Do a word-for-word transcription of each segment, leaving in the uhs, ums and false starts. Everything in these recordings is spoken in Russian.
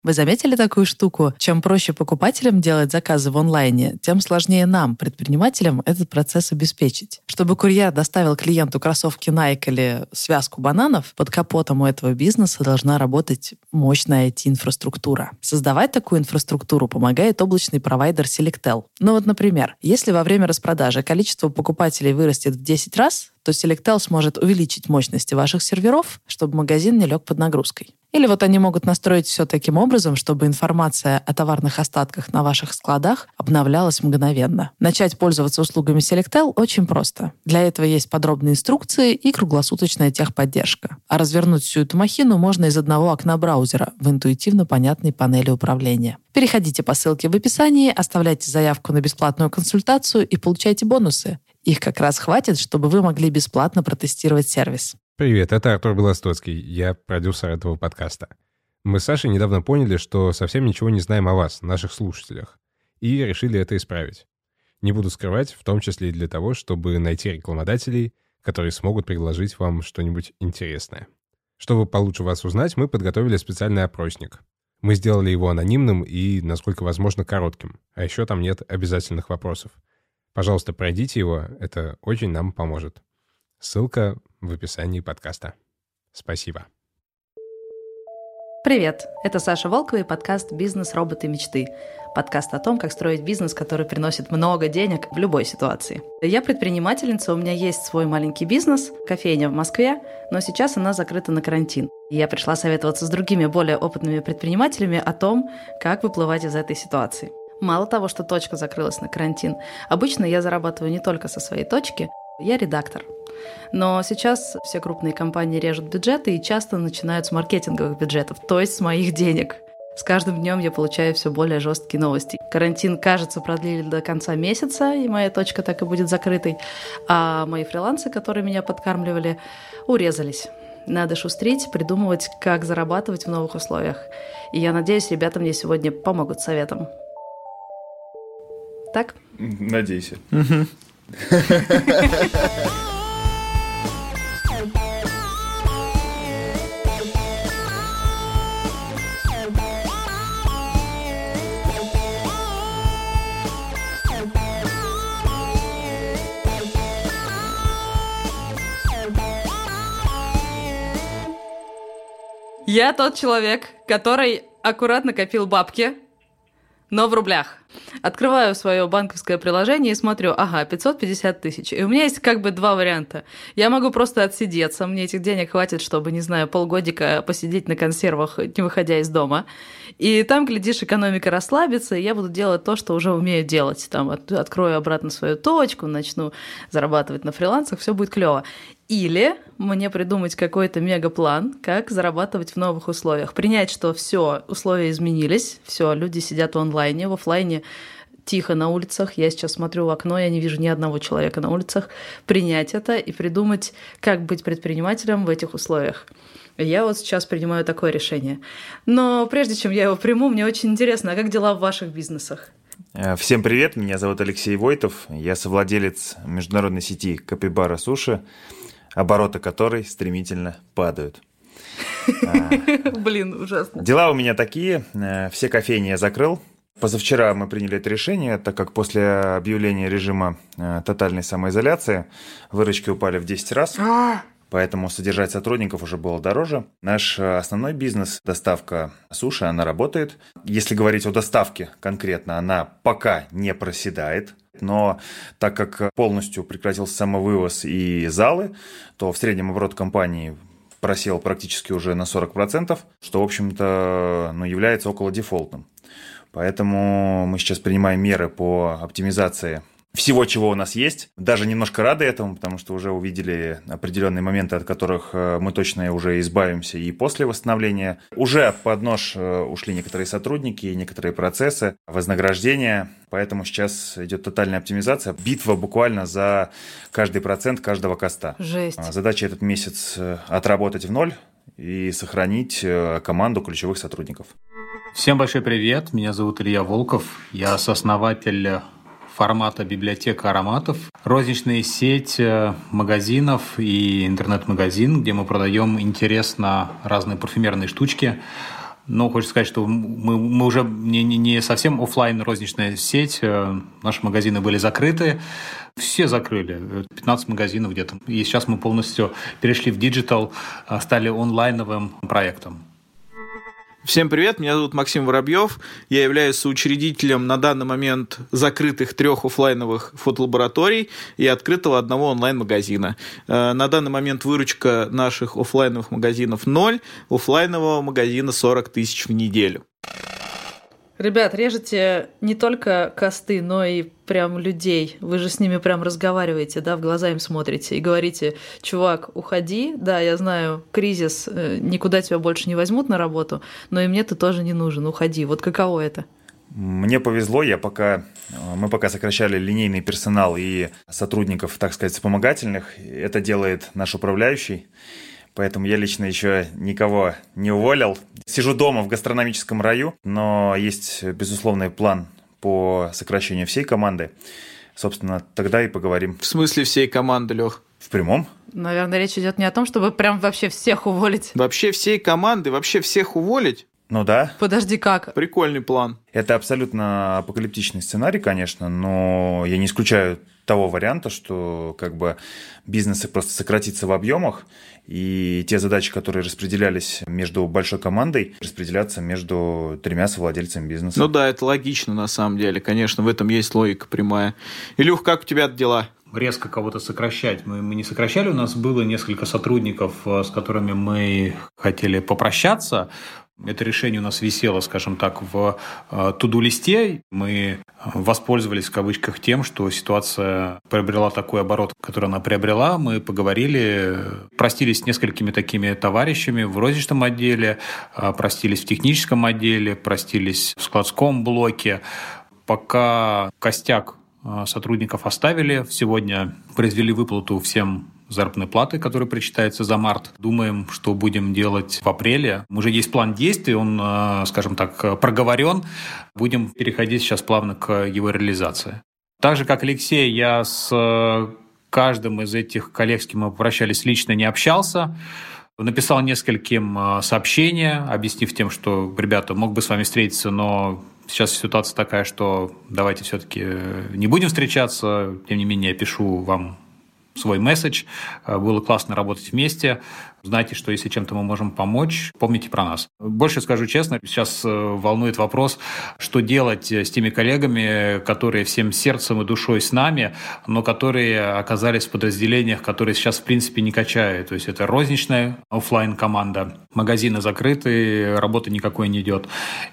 Вы заметили такую штуку? Чем проще покупателям делать заказы в онлайне, тем сложнее нам, предпринимателям, этот процесс обеспечить. Чтобы курьер доставил клиенту кроссовки Nike или связку бананов, под капотом у этого бизнеса должна работать мощная ай ти-инфраструктура. Создавать такую инфраструктуру помогает облачный провайдер Selectel. Ну вот, например, если во время распродажи количество покупателей вырастет в десять раз, то Selectel сможет увеличить мощности ваших серверов, чтобы магазин не лег под нагрузкой. Или вот они могут настроить все таким образом, чтобы информация о товарных остатках на ваших складах обновлялась мгновенно. Начать пользоваться услугами Selectel очень просто. Для этого есть подробные инструкции и круглосуточная техподдержка. А развернуть всю эту махину можно из одного окна браузера в интуитивно понятной панели управления. Переходите по ссылке в описании, оставляйте заявку на бесплатную консультацию и получайте бонусы. Их как раз хватит, чтобы вы могли бесплатно протестировать сервис. Привет, это Артур Белостоцкий, я продюсер этого подкаста. Мы с Сашей недавно поняли, что совсем ничего не знаем о вас, наших слушателях, и решили это исправить. Не буду скрывать, в том числе и для того, чтобы найти рекламодателей, которые смогут предложить вам что-нибудь интересное. Чтобы получше вас узнать, мы подготовили специальный опросник. Мы сделали его анонимным и, насколько возможно, коротким, а еще там нет обязательных вопросов. Пожалуйста, пройдите его, это очень нам поможет. Ссылка в описании подкаста. Спасибо. Привет, это Саша Волкова и подкаст «Бизнес. Роботы. Мечты». Подкаст о том, как строить бизнес, который приносит много денег в любой ситуации. Я предпринимательница, у меня есть свой маленький бизнес, кофейня в Москве, но сейчас она закрыта на карантин. И я пришла советоваться с другими более опытными предпринимателями о том, как выплывать из этой ситуации. Мало того, что точка закрылась на карантин, обычно я зарабатываю не только со своей точки, я редактор. Но сейчас все крупные компании режут бюджеты и часто начинают с маркетинговых бюджетов, то есть с моих денег. С каждым днем я получаю все более жесткие новости. Карантин, кажется, продлили до конца месяца, и моя точка так и будет закрытой, а мои фрилансы, которые меня подкармливали, урезались. Надо шустрить, придумывать, как зарабатывать в новых условиях. И я надеюсь, ребята мне сегодня помогут советом. Так? Надейся. Я тот человек, который аккуратно копил бабки, но в рублях. Открываю свое банковское приложение и смотрю, ага, пятьсот пятьдесят тысяч. И у меня есть как бы два варианта. Я могу просто отсидеться, мне этих денег хватит, чтобы, не знаю, полгодика посидеть на консервах, не выходя из дома. И там, глядишь, экономика расслабится, и я буду делать то, что уже умею делать. Там от, открою обратно свою точку, начну зарабатывать на фрилансах, все будет клево. Или мне придумать какой-то мегаплан, как зарабатывать в новых условиях. Принять, что все, условия изменились, все, люди сидят в онлайне, в офлайне тихо на улицах. Я сейчас смотрю в окно, я не вижу ни одного человека на улицах. Принять это и придумать, как быть предпринимателем в этих условиях. Я вот сейчас принимаю такое решение. Но прежде чем я его приму, мне очень интересно, а как дела в ваших бизнесах? Всем привет, меня зовут Алексей Войтов. Я совладелец международной сети Капибара Суши, обороты которой стремительно падают. Блин, ужасно. Дела у меня такие. Все кофейни я закрыл. Позавчера мы приняли это решение, так как после объявления режима тотальной самоизоляции выручки упали в десять раз. Поэтому содержать сотрудников уже было дороже. Наш основной бизнес, доставка суши, она работает. Если говорить о доставке конкретно, она пока не проседает. Но так как полностью прекратился самовывоз и залы, то в среднем оборот компании просел практически уже на сорок процентов, что, в общем-то, ну, является около дефолтным. Поэтому мы сейчас принимаем меры по оптимизации всего, чего у нас есть. Даже немножко рады этому, потому что уже увидели определенные моменты, от которых мы точно уже избавимся и после восстановления. Уже под нож ушли некоторые сотрудники, некоторые процессы, вознаграждения. Поэтому сейчас идет тотальная оптимизация. Битва буквально за каждый процент каждого коста. Жесть. Задача этот месяц отработать в ноль и сохранить команду ключевых сотрудников. Всем большой привет. Меня зовут Илья Волков. Я сооснователь формата «Библиотека ароматов». Розничная сеть магазинов и интернет-магазин, где мы продаем интересно разные парфюмерные штучки. Но хочется сказать, что мы, мы уже не, не, не совсем офлайн розничная сеть. Наши магазины были закрыты. Все закрыли. пятнадцать магазинов где-то. И сейчас мы полностью перешли в диджитал, стали онлайновым проектом. Всем привет, меня зовут Максим Воробьев, я являюсь соучредителем на данный момент закрытых трех офлайновых фотолабораторий и открытого одного онлайн-магазина. На данный момент выручка наших офлайновых магазинов ноль, офлайнового магазина сорок тысяч в неделю. Ребят, режете не только косты, но и прям людей. Вы же с ними прям разговариваете, да, в глаза им смотрите и говорите: чувак, уходи, да, я знаю, кризис, никуда тебя больше не возьмут на работу, но и мне ты тоже не нужен, уходи. Вот каково это? Мне повезло, я пока, мы пока сокращали линейный персонал и сотрудников, так сказать, вспомогательных. Это делает наш управляющий. Поэтому я лично еще никого не уволил. Сижу дома в гастрономическом раю, но есть безусловный план по сокращению всей команды. Собственно, тогда и поговорим. В смысле всей команды, Лёх? В прямом? Наверное, речь идет не о том, чтобы прям вообще всех уволить. Вообще всей команды, вообще всех уволить? Ну да. Подожди, как? Прикольный план. Это абсолютно апокалиптичный сценарий, конечно, но я не исключаю того варианта, что как бы бизнес просто сократится в объемах, и те задачи, которые распределялись между большой командой, распределятся между тремя совладельцами бизнеса. Ну да, это логично на самом деле, конечно, в этом есть логика прямая. Илюх, как у тебя дела? Резко кого-то сокращать мы, мы не сокращали. У нас было несколько сотрудников, с которыми мы хотели попрощаться. Это решение у нас висело, скажем так, в туду-листе. Мы воспользовались, в кавычках, тем, что ситуация приобрела такой оборот, который она приобрела. Мы поговорили, простились с несколькими такими товарищами в розничном отделе, простились в техническом отделе, простились в складском блоке. Пока костяк сотрудников оставили, сегодня произвели выплату всем заработной платы, которая причитается за март. Думаем, что будем делать в апреле. Уже есть план действий, он, скажем так, проговорен. Будем переходить сейчас плавно к его реализации. Так же, как Алексей, я с каждым из этих коллег, с кем мы попрощались, лично не общался. Написал нескольким сообщения, объяснив тем, что, ребята, мог бы с вами встретиться, но сейчас ситуация такая, что давайте все-таки не будем встречаться. Тем не менее, я пишу вам свой месседж. Было классно работать вместе. Знайте, что если чем-то мы можем помочь, помните про нас. Больше скажу честно, сейчас волнует вопрос, что делать с теми коллегами, которые всем сердцем и душой с нами, но которые оказались в подразделениях, которые сейчас в принципе не качают. То есть это розничная офлайн-команда, магазины закрыты, работы никакой не идет.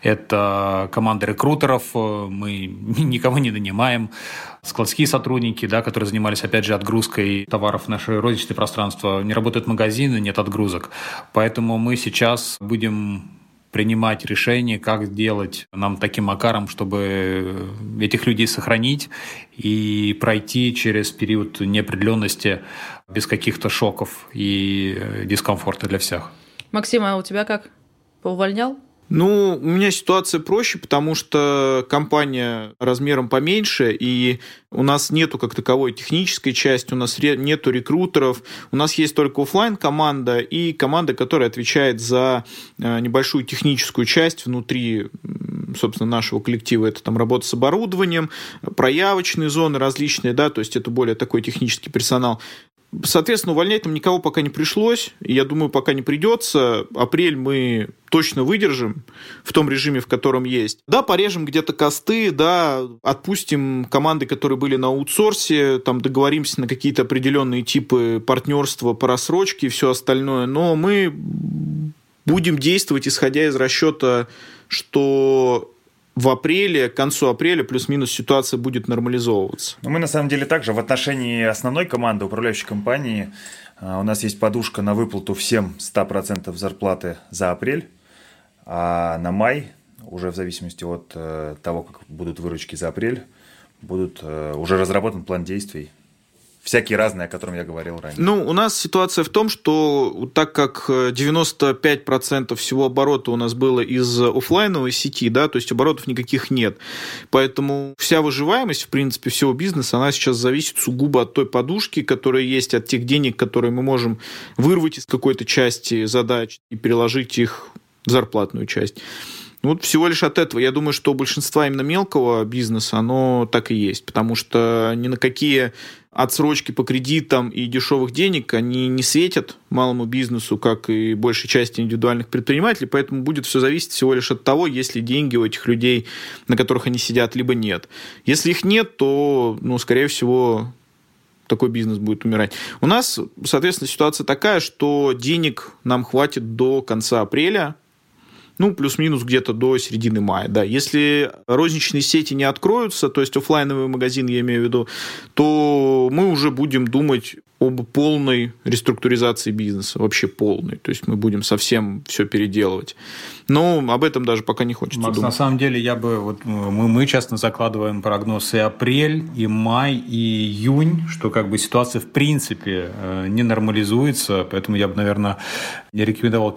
Это команда рекрутеров, мы никого не нанимаем. Складские сотрудники, да, которые занимались, опять же, отгрузкой товаров в наше розничное пространство, не работают магазины, нет отгрузок. Поэтому мы сейчас будем принимать решение, как делать нам таким макаром, чтобы этих людей сохранить и пройти через период неопределенности без каких-то шоков и дискомфорта для всех. Максим, а у тебя как? Поувольнял? Ну, у меня ситуация проще, потому что компания размером поменьше, и у нас нету как таковой технической части, у нас нету рекрутеров, у нас есть только офлайн-команда и команда, которая отвечает за небольшую техническую часть внутри, собственно, нашего коллектива. Это там работа с оборудованием, проявочные зоны различные, да, то есть это более такой технический персонал. Соответственно, увольнять нам никого пока не пришлось, и я думаю, пока не придется. Апрель мы точно выдержим в том режиме, в котором есть. Да, порежем где-то косты, да, отпустим команды, которые были на аутсорсе, там договоримся на какие-то определенные типы партнерства по рассрочке и все остальное, но мы будем действовать, исходя из расчета, что в апреле, к концу апреля плюс-минус ситуация будет нормализовываться. Ну, мы на самом деле также в отношении основной команды управляющей компании у нас есть подушка на выплату всем сто процентов зарплаты за апрель, а на май, уже в зависимости от того, как будут выручки за апрель, будут уже разработан план действий. Всякие разные, о котором я говорил ранее. Ну, у нас ситуация в том, что так как девяносто пять процентов всего оборота у нас было из офлайновой сети, да, то есть оборотов никаких нет. Поэтому вся выживаемость, в принципе, всего бизнеса, она сейчас зависит сугубо от той подушки, которая есть, от тех денег, которые мы можем вырвать из какой-то части задач и переложить их в зарплатную часть. Вот всего лишь от этого. Я думаю, что у большинства именно мелкого бизнеса оно так и есть, потому что ни на какие отсрочки по кредитам и дешевых денег они не светят малому бизнесу, как и большей части индивидуальных предпринимателей, поэтому будет все зависеть всего лишь от того, есть ли деньги у этих людей, на которых они сидят, либо нет. Если их нет, то, ну, скорее всего, такой бизнес будет умирать. У нас, соответственно, ситуация такая, что денег нам хватит до конца апреля, ну, плюс-минус где-то до середины мая, да. Если розничные сети не откроются, то есть офлайновый магазин, я имею в виду, то мы уже будем думать об полной реструктуризации бизнеса, вообще полной. То есть мы будем совсем все переделывать. Но об этом даже пока не хочется Макс, думать. На самом деле, я бы, вот, мы, мы честно закладываем прогноз и апрель, и май, и июнь, что как бы ситуация в принципе не нормализуется, поэтому я бы, наверное, не рекомендовал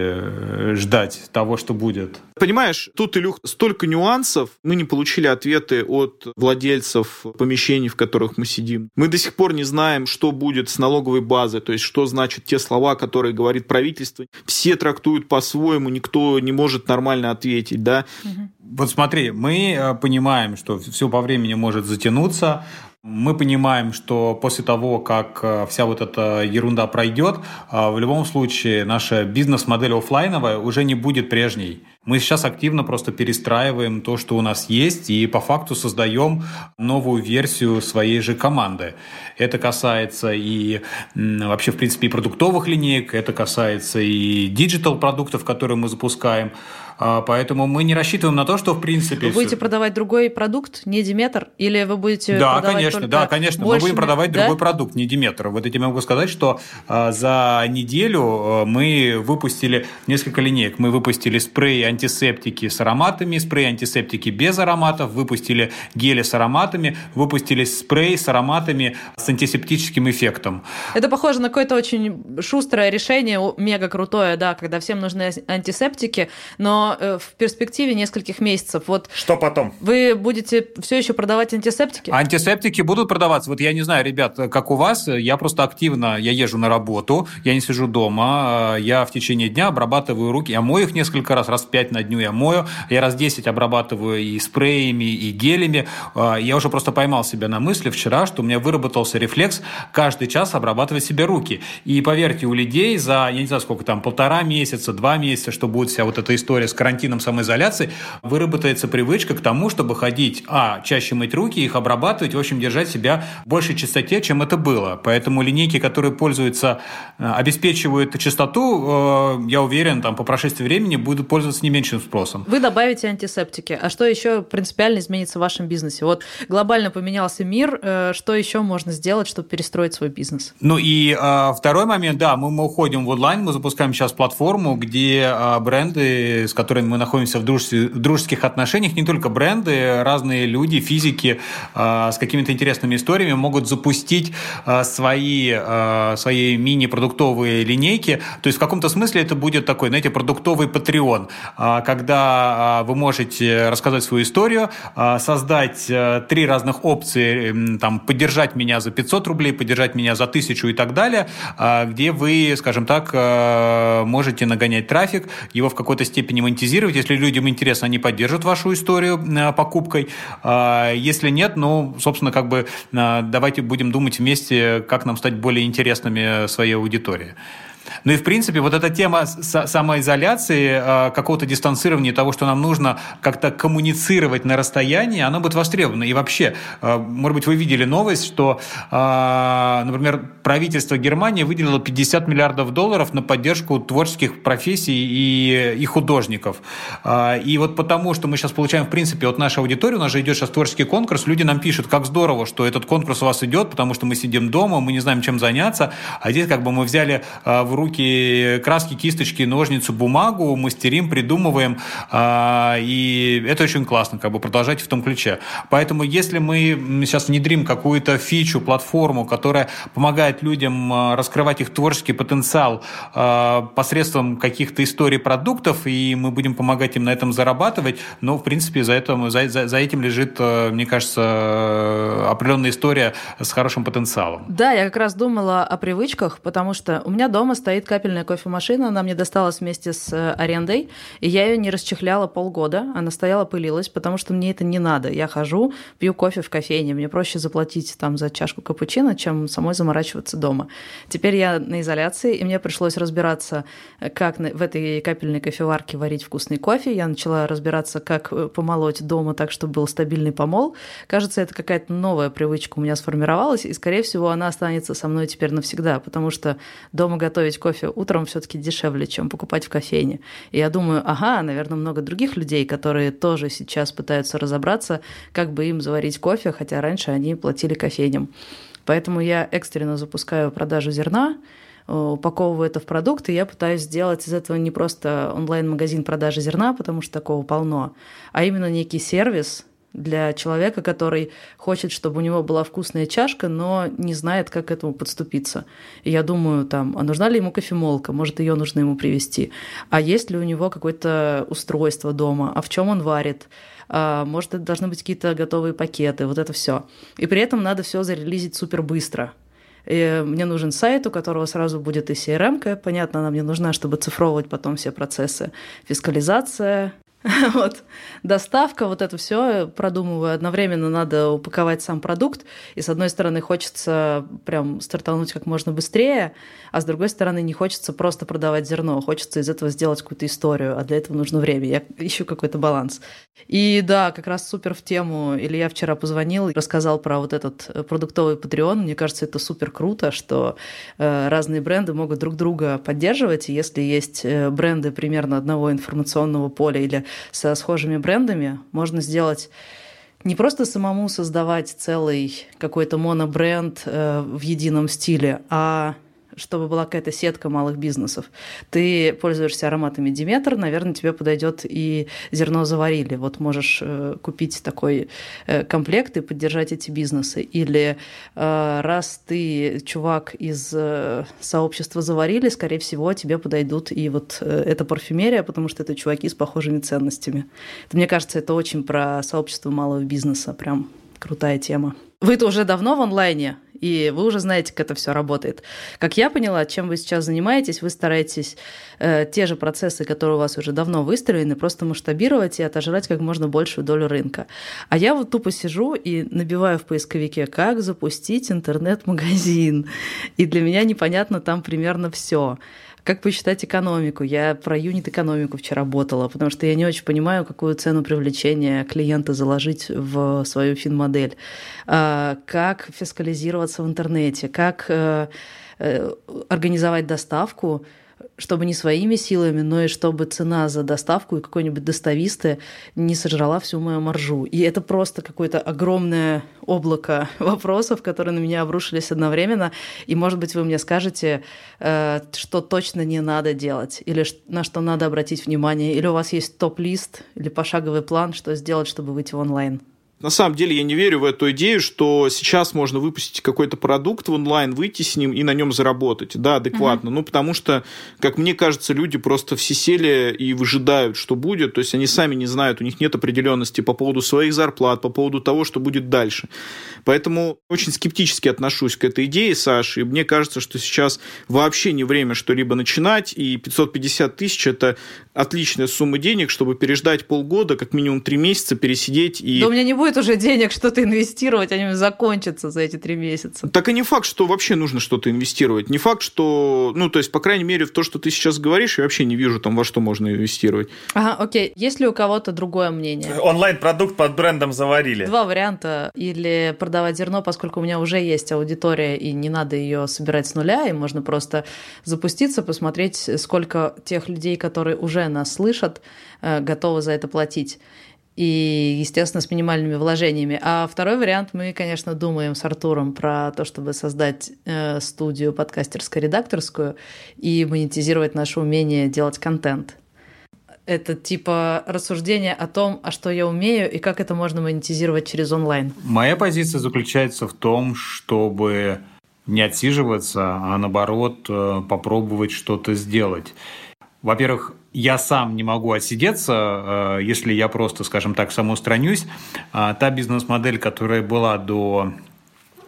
тебе ждать того, что будет. Понимаешь, тут, Илюх, столько нюансов. Мы не получили ответы от владельцев помещений, в которых мы сидим. Мы до сих пор не знаем, что будет с налоговой базой, то есть что значат те слова, которые говорит правительство. Все трактуют по-своему, никто не может нормально ответить, да. Вот смотри, мы понимаем, что все по времени может затянуться. Мы понимаем, что после того, как вся вот эта ерунда пройдет, в любом случае наша бизнес-модель офлайновая уже не будет прежней. Мы сейчас активно просто перестраиваем то, что у нас есть, и по факту создаем новую версию своей же команды. Это касается и вообще, в принципе, и продуктовых линеек, это касается и диджитал-продуктов, которые мы запускаем. Поэтому мы не рассчитываем на то, что в принципе... Вы будете продавать другой продукт, не Диметр? Или вы будете да, продавать конечно, только Да, конечно, больше... мы будем продавать да? другой продукт, не Диметр. Вот я тебе могу сказать, что за неделю мы выпустили несколько линеек. Мы выпустили спреи антисептики с ароматами, спреи антисептики без ароматов, выпустили гели с ароматами, выпустили спрей с ароматами с антисептическим эффектом. Это похоже на какое-то очень шустрое решение, мега крутое, да, когда всем нужны антисептики, но в перспективе нескольких месяцев. Вот что потом? Вы будете все еще продавать антисептики? Антисептики будут продаваться. Вот я не знаю, ребят, как у вас, я просто активно, я езжу на работу, я не сижу дома, я в течение дня обрабатываю руки, я мою их несколько раз, раз в пять на дню я мою, я раз десять обрабатываю и спреями, и гелями. Я уже просто поймал себя на мысли вчера, что у меня выработался рефлекс каждый час обрабатывать себе руки. И поверьте, у людей за, я не знаю, сколько там, полтора месяца, два месяца, что будет вся вот эта история с карантином, самоизоляции, выработается привычка к тому, чтобы ходить, а, чаще мыть руки, их обрабатывать, в общем, держать себя в большей чистоте, чем это было. Поэтому линейки, которые пользуются, обеспечивают чистоту, я уверен, там, по прошествии времени будут пользоваться не меньшим спросом. Вы добавите антисептики. А что еще принципиально изменится в вашем бизнесе? Вот глобально поменялся мир, что еще можно сделать, чтобы перестроить свой бизнес? Ну и а, второй момент, да, мы, мы уходим в онлайн, мы запускаем сейчас платформу, где а, бренды, с которыми мы находимся в, друж... в дружеских отношениях, не только бренды, разные люди, физики а, с какими-то интересными историями могут запустить а, свои, а, свои мини-продуктовые линейки. То есть в каком-то смысле это будет такой, знаете, продуктовый Patreon, а, когда а, вы можете рассказать свою историю, а, создать а, три разных опции, там, поддержать меня за пятьсот рублей, поддержать меня за тысячу и так далее, а, где вы, скажем так, а, можете нагонять трафик, его в какой-то степени монетизировать. Если людям интересно, они поддержат вашу историю а, покупкой. А, если нет, ну, собственно, как бы а, давайте будем думать вместе, как нам стать более интересными своей аудитории. Ну и, в принципе, вот эта тема самоизоляции, какого-то дистанцирования, того, что нам нужно как-то коммуницировать на расстоянии, она будет востребована. И вообще, может быть, вы видели новость, что, например, правительство Германии выделило пятьдесят миллиардов долларов на поддержку творческих профессий и, и художников. И вот потому, что мы сейчас получаем, в принципе, от нашей аудитории, у нас же идет сейчас творческий конкурс, люди нам пишут, как здорово, что этот конкурс у вас идет, потому что мы сидим дома, мы не знаем, чем заняться, а здесь как бы мы взяли в руки краски, кисточки, ножницы, бумагу, мастерим, придумываем, и это очень классно, как бы продолжать в том ключе. Поэтому если мы сейчас внедрим какую-то фичу, платформу, которая помогает людям раскрывать их творческий потенциал посредством каких-то историй продуктов, и мы будем помогать им на этом зарабатывать, но, в принципе, за этим, за, за, за этим лежит, мне кажется, определенная история с хорошим потенциалом. Да, я как раз думала о привычках, потому что у меня дома стоит капельная кофемашина, она мне досталась вместе с арендой, и я ее не расчехляла полгода, она стояла, пылилась, потому что мне это не надо. Я хожу, пью кофе в кофейне, мне проще заплатить там за чашку капучино, чем самой заморачиваться дома. Теперь я на изоляции, и мне пришлось разбираться, как в этой капельной кофеварке варить вкусный кофе. Я начала разбираться, как помолоть дома так, чтобы был стабильный помол. Кажется, это какая-то новая привычка у меня сформировалась, и, скорее всего, она останется со мной теперь навсегда, потому что дома готовить кофе утром все-таки дешевле, чем покупать в кофейне. И я думаю, ага, наверное, много других людей, которые тоже сейчас пытаются разобраться, как бы им заварить кофе, хотя раньше они платили кофейням. Поэтому я экстренно запускаю продажу зерна, упаковываю это в продукт, и я пытаюсь сделать из этого не просто онлайн-магазин продажи зерна, потому что такого полно, а именно некий сервис для человека, который хочет, чтобы у него была вкусная чашка, но не знает, как к этому подступиться. И я думаю, там, а нужна ли ему кофемолка? Может, ее нужно ему привезти? А есть ли у него какое-то устройство дома? А в чем он варит? А может, это должны быть какие-то готовые пакеты? Вот это все. И при этом надо все зарелизить супер быстро. И мне нужен сайт, у которого сразу будет и си эр эм-ка. Понятно, она мне нужна, чтобы цифровывать потом все процессы. Фискализация, вот, доставка, вот это все продумываю. Одновременно надо упаковать сам продукт, и с одной стороны хочется прям стартануть как можно быстрее, а с другой стороны не хочется просто продавать зерно, хочется из этого сделать какую-то историю, а для этого нужно время. Я ищу какой-то баланс. И да, как раз супер в тему. Илья вчера позвонил и рассказал про вот этот продуктовый Patreon. Мне кажется, это супер круто, что разные бренды могут друг друга поддерживать, и если есть бренды примерно одного информационного поля или со схожими брендами, можно сделать не просто самому создавать целый какой-то монобренд э, в едином стиле, а чтобы была какая-то сетка малых бизнесов. Ты пользуешься ароматами Диметр, наверное, тебе подойдет и зерно заварили. Вот можешь э, купить такой э, комплект и поддержать эти бизнесы. Или э, раз ты чувак из э, сообщества заварили, скорее всего, тебе подойдут и вот э, эта парфюмерия, потому что это чуваки с похожими ценностями. Это, мне кажется, это очень про сообщество малого бизнеса. Прям крутая тема. Вы-то уже давно в онлайне, и вы уже знаете, как это все работает. Как я поняла, чем вы сейчас занимаетесь, вы стараетесь э, те же процессы, которые у вас уже давно выстроены, просто масштабировать и отожрать как можно большую долю рынка. А я вот тупо сижу и набиваю в поисковике, как запустить интернет-магазин. И для меня непонятно там примерно все. Как посчитать экономику? Я про юнит-экономику вчера работала, потому что я не очень понимаю, какую цену привлечения клиента заложить в свою финмодель. Как фискализироваться в интернете? Как организовать доставку, чтобы не своими силами, но и чтобы цена за доставку и какой-нибудь достависты не сожрала всю мою маржу. И это просто какое-то огромное облако вопросов, которые на меня обрушились одновременно. И, может быть, вы мне скажете, что точно не надо делать, или на что надо обратить внимание, или у вас есть топ-лист, или пошаговый план, что сделать, чтобы выйти в онлайн. На самом деле я не верю в эту идею, что сейчас можно выпустить какой-то продукт в онлайн, выйти с ним и на нем заработать, да, адекватно. Uh-huh. Ну, потому что, как мне кажется, люди просто все сели и выжидают, что будет. То есть они сами не знают, у них нет определенности по поводу своих зарплат, по поводу того, что будет дальше. Поэтому очень скептически отношусь к этой идее, Саша, и мне кажется, что сейчас вообще не время что-либо начинать, и пятьсот пятьдесят тысяч – это отличная сумма денег, чтобы переждать полгода, как минимум три месяца, пересидеть и… Да у меня не будет уже денег что-то инвестировать, они закончатся за эти три месяца. Так и не факт, что вообще нужно что-то инвестировать. Не факт, что… Ну, то есть, по крайней мере, в то, что ты сейчас говоришь, я вообще не вижу, там, во что можно инвестировать. Ага, окей. Есть ли у кого-то другое мнение? Онлайн-продукт под брендом заварили. Два варианта. Или продавать зерно, поскольку у меня уже есть аудитория, и не надо ее собирать с нуля, и можно просто запуститься, посмотреть, сколько тех людей, которые уже нас слышат, готовы за это платить. И, естественно, с минимальными вложениями. А второй вариант, мы, конечно, думаем с Артуром про то, чтобы создать э, студию подкастерско-редакторскую и монетизировать наше умение делать контент. Это типа рассуждение о том, а что я умею и как это можно монетизировать через онлайн. Моя позиция заключается в том, чтобы не отсиживаться, а наоборот попробовать что-то сделать. Во-первых, я сам не могу отсидеться, если я просто, скажем так, самоустранюсь. Та бизнес-модель, которая была до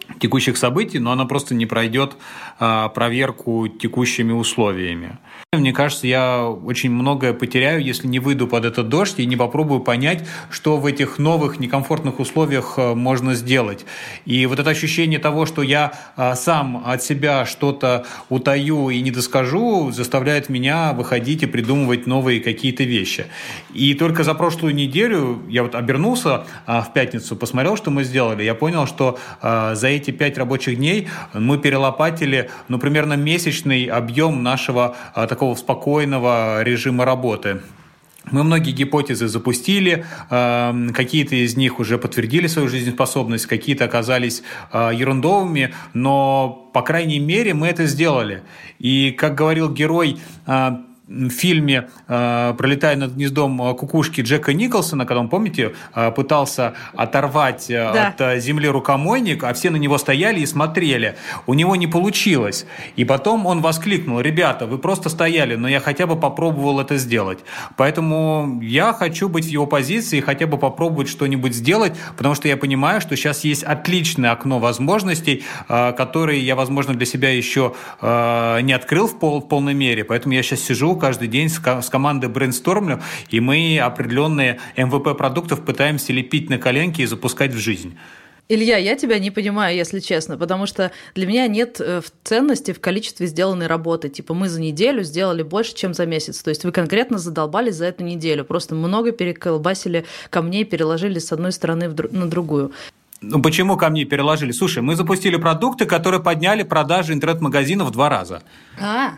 текущих событий, но она просто не пройдет а, проверку текущими условиями. Мне кажется, я очень многое потеряю, если не выйду под этот дождь и не попробую понять, что в этих новых некомфортных условиях можно сделать. И вот это ощущение того, что я а, сам от себя что-то утаю и не доскажу, заставляет меня выходить и придумывать новые какие-то вещи. И только за прошлую неделю я вот обернулся а, в пятницу, посмотрел, что мы сделали. Я понял, что а, за эти пять рабочих дней мы перелопатили, ну, примерно месячный объем нашего а, такого спокойного режима работы. Мы многие гипотезы запустили, э, какие-то из них уже подтвердили свою жизнеспособность, какие-то оказались э, ерундовыми, но, по крайней мере, мы это сделали. И, как говорил герой э, в фильме э, «Пролетая над гнездом кукушки» Джека Николсона, когда он, помните, э, пытался оторвать э, да. от э, земли рукомойник, а все на него стояли и смотрели. У него не получилось. И потом он воскликнул: «Ребята, вы просто стояли, но я хотя бы попробовал это сделать». Поэтому я хочу быть в его позиции и хотя бы попробовать что-нибудь сделать, потому что я понимаю, что сейчас есть отличное окно возможностей, э, которые я, возможно, для себя еще э, не открыл в, пол, в полной мере. Поэтому я сейчас сижу каждый день с, с командой брейнстормлю, и мы определенные эм вэ пэ продуктов пытаемся лепить на коленке и запускать в жизнь. Илья, я тебя не понимаю, если честно, потому что для меня нет ценности в количестве сделанной работы. Типа мы за неделю сделали больше, чем за месяц. То есть вы конкретно задолбались за эту неделю. Просто много переколбасили камней, переложили с одной стороны на другую. Ну почему камни переложили? Слушай, мы запустили продукты, которые подняли продажи интернет-магазинов в два раза. А,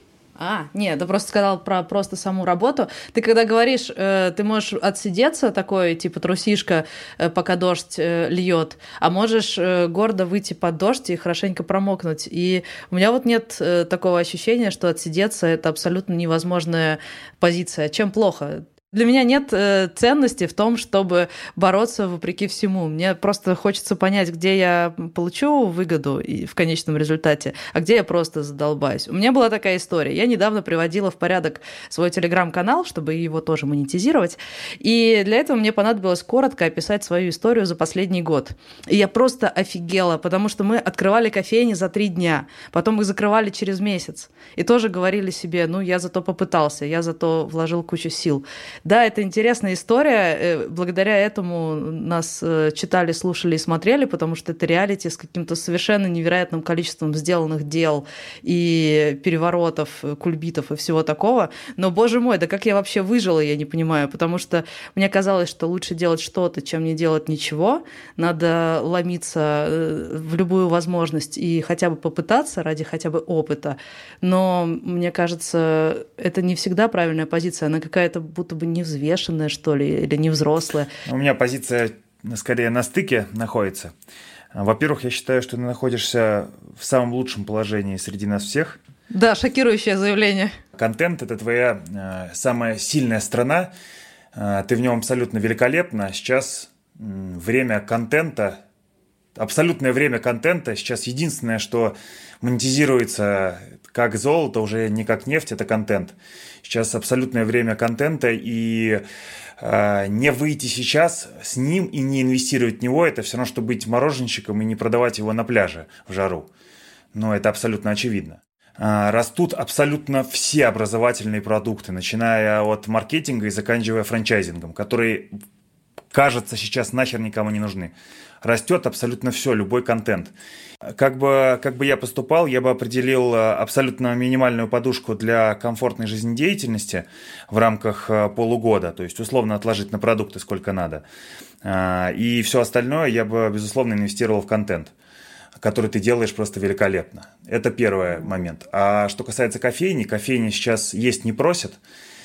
А, нет, ты просто сказал про просто саму работу. Ты когда говоришь, э, ты можешь отсидеться такой, типа трусишка, э, пока дождь э, льет, а можешь э, гордо выйти под дождь и хорошенько промокнуть. И у меня вот нет э, такого ощущения, что отсидеться – это абсолютно невозможная позиция. Чем плохо? Для меня нет э, ценности в том, чтобы бороться вопреки всему. Мне просто хочется понять, где я получу выгоду и в конечном результате, а где я просто задолбаюсь. У меня была такая история. Я недавно приводила в порядок свой телеграм-канал, чтобы его тоже монетизировать. И для этого мне понадобилось коротко описать свою историю за последний год. И я просто офигела, потому что мы открывали кофейни за три дня, потом их закрывали через месяц. И тоже говорили себе, ну, я зато попытался, я зато вложил кучу сил. Да, это интересная история. Благодаря этому нас читали, слушали и смотрели, потому что это реалити с каким-то совершенно невероятным количеством сделанных дел и переворотов, кульбитов и всего такого. Но, боже мой, да как я вообще выжила, я не понимаю, потому что мне казалось, что лучше делать что-то, чем не делать ничего. Надо ломиться в любую возможность и хотя бы попытаться ради хотя бы опыта. Но, мне кажется, это не всегда правильная позиция. Она какая-то будто бы невзвешенная, что ли, или невзрослая. У меня позиция скорее на стыке находится. Во-первых, я считаю, что ты находишься в самом лучшем положении среди нас всех. Да, шокирующее заявление. Контент – это твоя э, самая сильная страна. Э, ты в нем абсолютно великолепна. Сейчас э, время контента, абсолютное время контента, сейчас единственное, что монетизируется как золото, уже не как нефть, это контент. Сейчас абсолютное время контента, и э, не выйти сейчас с ним и не инвестировать в него, это все равно, что быть мороженщиком и не продавать его на пляже в жару. Но это абсолютно очевидно. Э, растут абсолютно все образовательные продукты, начиная от маркетинга и заканчивая франчайзингом, которые, кажется, сейчас нахер никому не нужны. Растет абсолютно все, любой контент. Как бы, как бы я поступал, я бы определил абсолютно минимальную подушку для комфортной жизнедеятельности в рамках полугода, то есть условно отложить на продукты сколько надо. И все остальное я бы, безусловно, инвестировал в контент, который ты делаешь просто великолепно. Это первый момент. А что касается кофейни, кофейни сейчас есть не просят,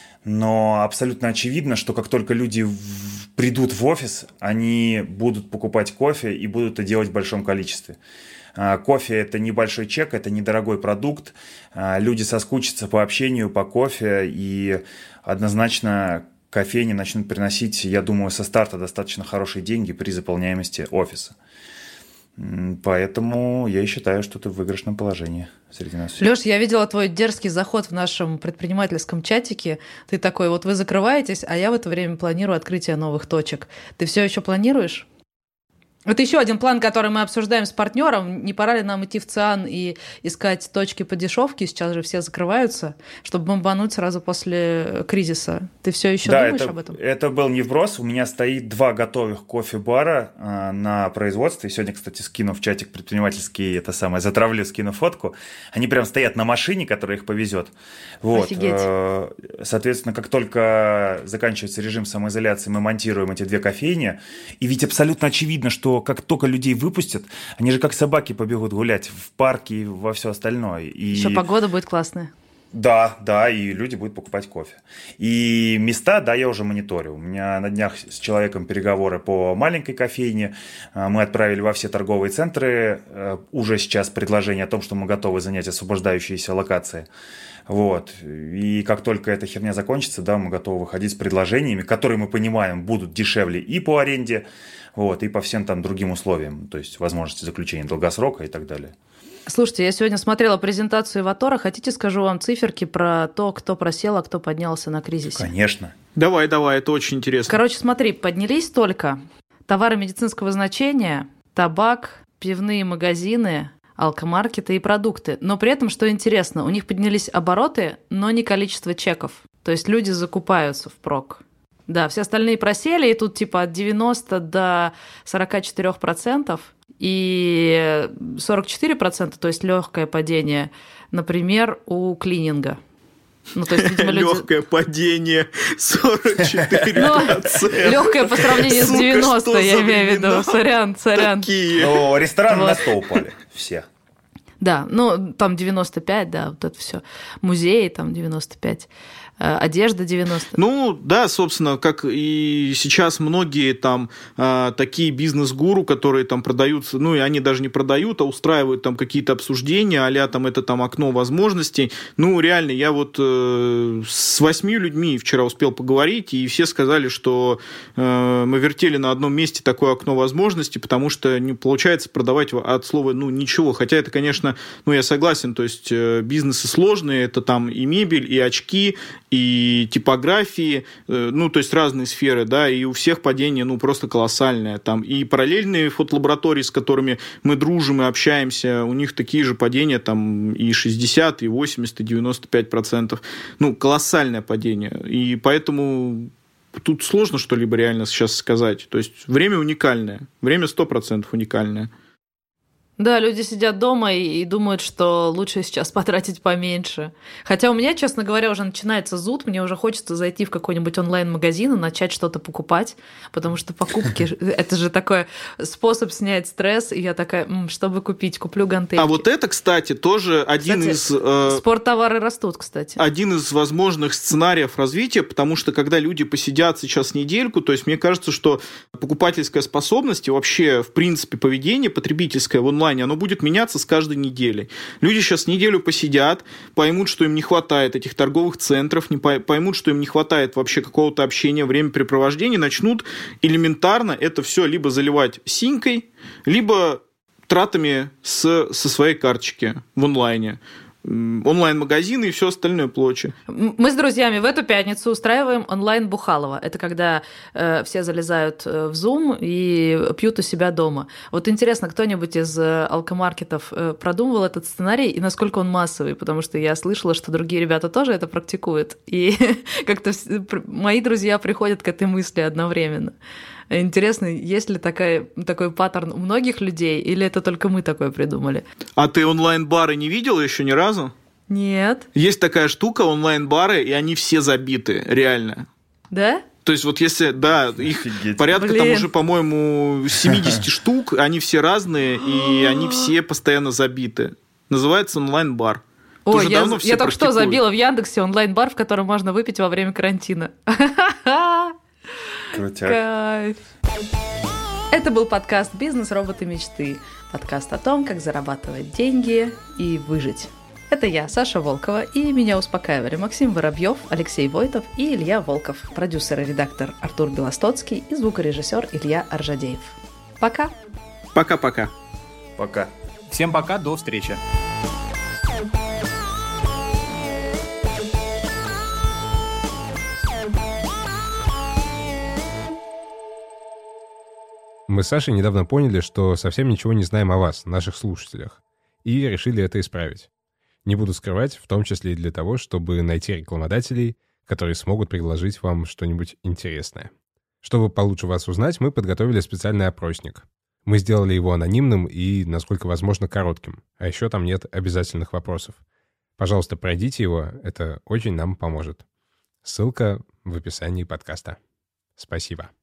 но абсолютно очевидно, что как только люди придут в офис, они будут покупать кофе и будут это делать в большом количестве. Кофе – это небольшой чек, это недорогой продукт. Люди соскучатся по общению, по кофе, и однозначно кофейни начнут приносить, я думаю, со старта достаточно хорошие деньги при заполняемости офиса. Поэтому я и считаю, что ты в выигрышном положении среди нас всех. Лёш, я видела твой дерзкий заход в нашем предпринимательском чатике. Ты такой, вот вы закрываетесь, а я в это время планирую открытие новых точек. Ты все еще планируешь? Это еще один план, который мы обсуждаем с партнером. Не пора ли нам идти в ЦИАН и искать точки по дешевке? Сейчас же все закрываются, чтобы бомбануть сразу после кризиса. Ты все еще да, думаешь это, об этом? Это был не вброс. У меня стоит два готовых кофе-бара э, на производстве. Сегодня, кстати, скину в чатик предпринимательский, это самое, затравлю, скину фотку. Они прям стоят на машине, которая их повезет. Вот. Офигеть. Э, соответственно, как только заканчивается режим самоизоляции, мы монтируем эти две кофейни. И ведь абсолютно очевидно, что как только людей выпустят, они же как собаки побегут гулять в парке и во все остальное. И... Еще погода будет классная. Да, да, и люди будут покупать кофе. И места, да, я уже мониторю. У меня на днях с человеком переговоры по маленькой кофейне. Мы отправили во все торговые центры уже сейчас предложение о том, что мы готовы занять освобождающиеся локации. Вот. И как только эта херня закончится, да, мы готовы выходить с предложениями, которые мы понимаем будут дешевле и по аренде, вот, и по всем там другим условиям, то есть возможности заключения долгосрока и так далее. Слушайте, я сегодня смотрела презентацию Иватора. Хотите, скажу вам циферки про то, кто просел, а кто поднялся на кризисе? Конечно. Давай, давай, это очень интересно. Короче, смотри, поднялись только товары медицинского значения, табак, пивные магазины, алкомаркеты и продукты. Но при этом, что интересно, у них поднялись обороты, но не количество чеков. То есть люди закупаются впрок. Да, все остальные просели, и тут типа от девяноста до сорока четырёх процентов и сорок четыре процента, то есть легкое падение, например, у клининга. Ну, то есть, видимо, люди... Легкое падение, сорок четыре процента. Легкое по сравнению с девяносто, я имею в виду. Сорян, сорян. Ну, рестораны на сто упали, все. Да, ну, там девяносто пять, да, вот это все. Музеи там девяносто пять. Одежда девяносто. Ну, да, собственно, как и сейчас многие там э, такие бизнес-гуру, которые там продают, ну, и они даже не продают, а устраивают там какие-то обсуждения, а-ля там это там окно возможностей. Ну, реально, я вот э, с восьми людьми вчера успел поговорить, и все сказали, что э, мы вертели на одном месте такое окно возможностей, потому что не получается продавать от слова, ну, ничего. Хотя это, конечно, ну, я согласен, то есть э, бизнесы сложные, это там и мебель, и очки, и типографии, ну, то есть разные сферы, да, и у всех падение, ну, просто колоссальное. Там и параллельные фотолаборатории, с которыми мы дружим и общаемся, у них такие же падения, там, и шестьдесят, и восемьдесят, и девяносто пять процентов. Ну, колоссальное падение. И поэтому тут сложно что-либо реально сейчас сказать. То есть время уникальное, время сто процентов уникальное. Да, люди сидят дома и, и думают, что лучше сейчас потратить поменьше. Хотя у меня, честно говоря, уже начинается зуд, мне уже хочется зайти в какой-нибудь онлайн-магазин и начать что-то покупать, потому что покупки — это же такой способ снять стресс, и я такая, что бы купить, куплю гантельки. А вот это, кстати, тоже один кстати, из... Э, спорттовары растут, кстати. Один из возможных сценариев развития, потому что когда люди посидят сейчас недельку, то есть мне кажется, что покупательская способность и вообще, в принципе, поведение потребительское в онлайн, оно будет меняться с каждой неделей. Люди сейчас неделю посидят, поймут, что им не хватает этих торговых центров, не поймут, что им не хватает вообще какого-то общения, времяпрепровождения, начнут элементарно это все либо заливать синькой, либо тратами с, со своей карточки в онлайне. Онлайн-магазины и все остальное прочее. Мы с друзьями в эту пятницу устраиваем онлайн-бухалово. Это когда э, все залезают в Zoom и пьют у себя дома. Вот интересно, кто-нибудь из алкомаркетов э, продумывал этот сценарий и насколько он массовый? Потому что я слышала, что другие ребята тоже это практикуют. И как-то мои друзья приходят к этой мысли одновременно. Интересно, есть ли такая, такой паттерн у многих людей, или это только мы такое придумали? А ты онлайн-бары не видела еще ни разу? Нет. Есть такая штука, онлайн-бары, и они все забиты, реально. Да? То есть вот если, да, их Офигеть. порядка Блин. там уже, по-моему, семьдесят штук, они все разные, и они все постоянно забиты. Называется онлайн-бар. Ой, я, я только практикуют. что забила в Яндексе онлайн-бар, в котором можно выпить во время карантина. Крутяк. Кайф. Это был подкаст «Бизнес. Роботы. Мечты». Подкаст о том, как зарабатывать деньги и выжить. Это я, Саша Волкова, и меня успокаивали Максим Воробьев, Алексей Войтов и Илья Волков, продюсер и редактор Артур Белостоцкий и звукорежиссер Илья Аржадеев. Пока! Пока-пока. Пока. Всем пока, до встречи. Мы с Сашей недавно поняли, что совсем ничего не знаем о вас, наших слушателях, и решили это исправить. Не буду скрывать, в том числе и для того, чтобы найти рекламодателей, которые смогут предложить вам что-нибудь интересное. Чтобы получше вас узнать, мы подготовили специальный опросник. Мы сделали его анонимным и, насколько возможно, коротким. А еще там нет обязательных вопросов. Пожалуйста, пройдите его, это очень нам поможет. Ссылка в описании подкаста. Спасибо.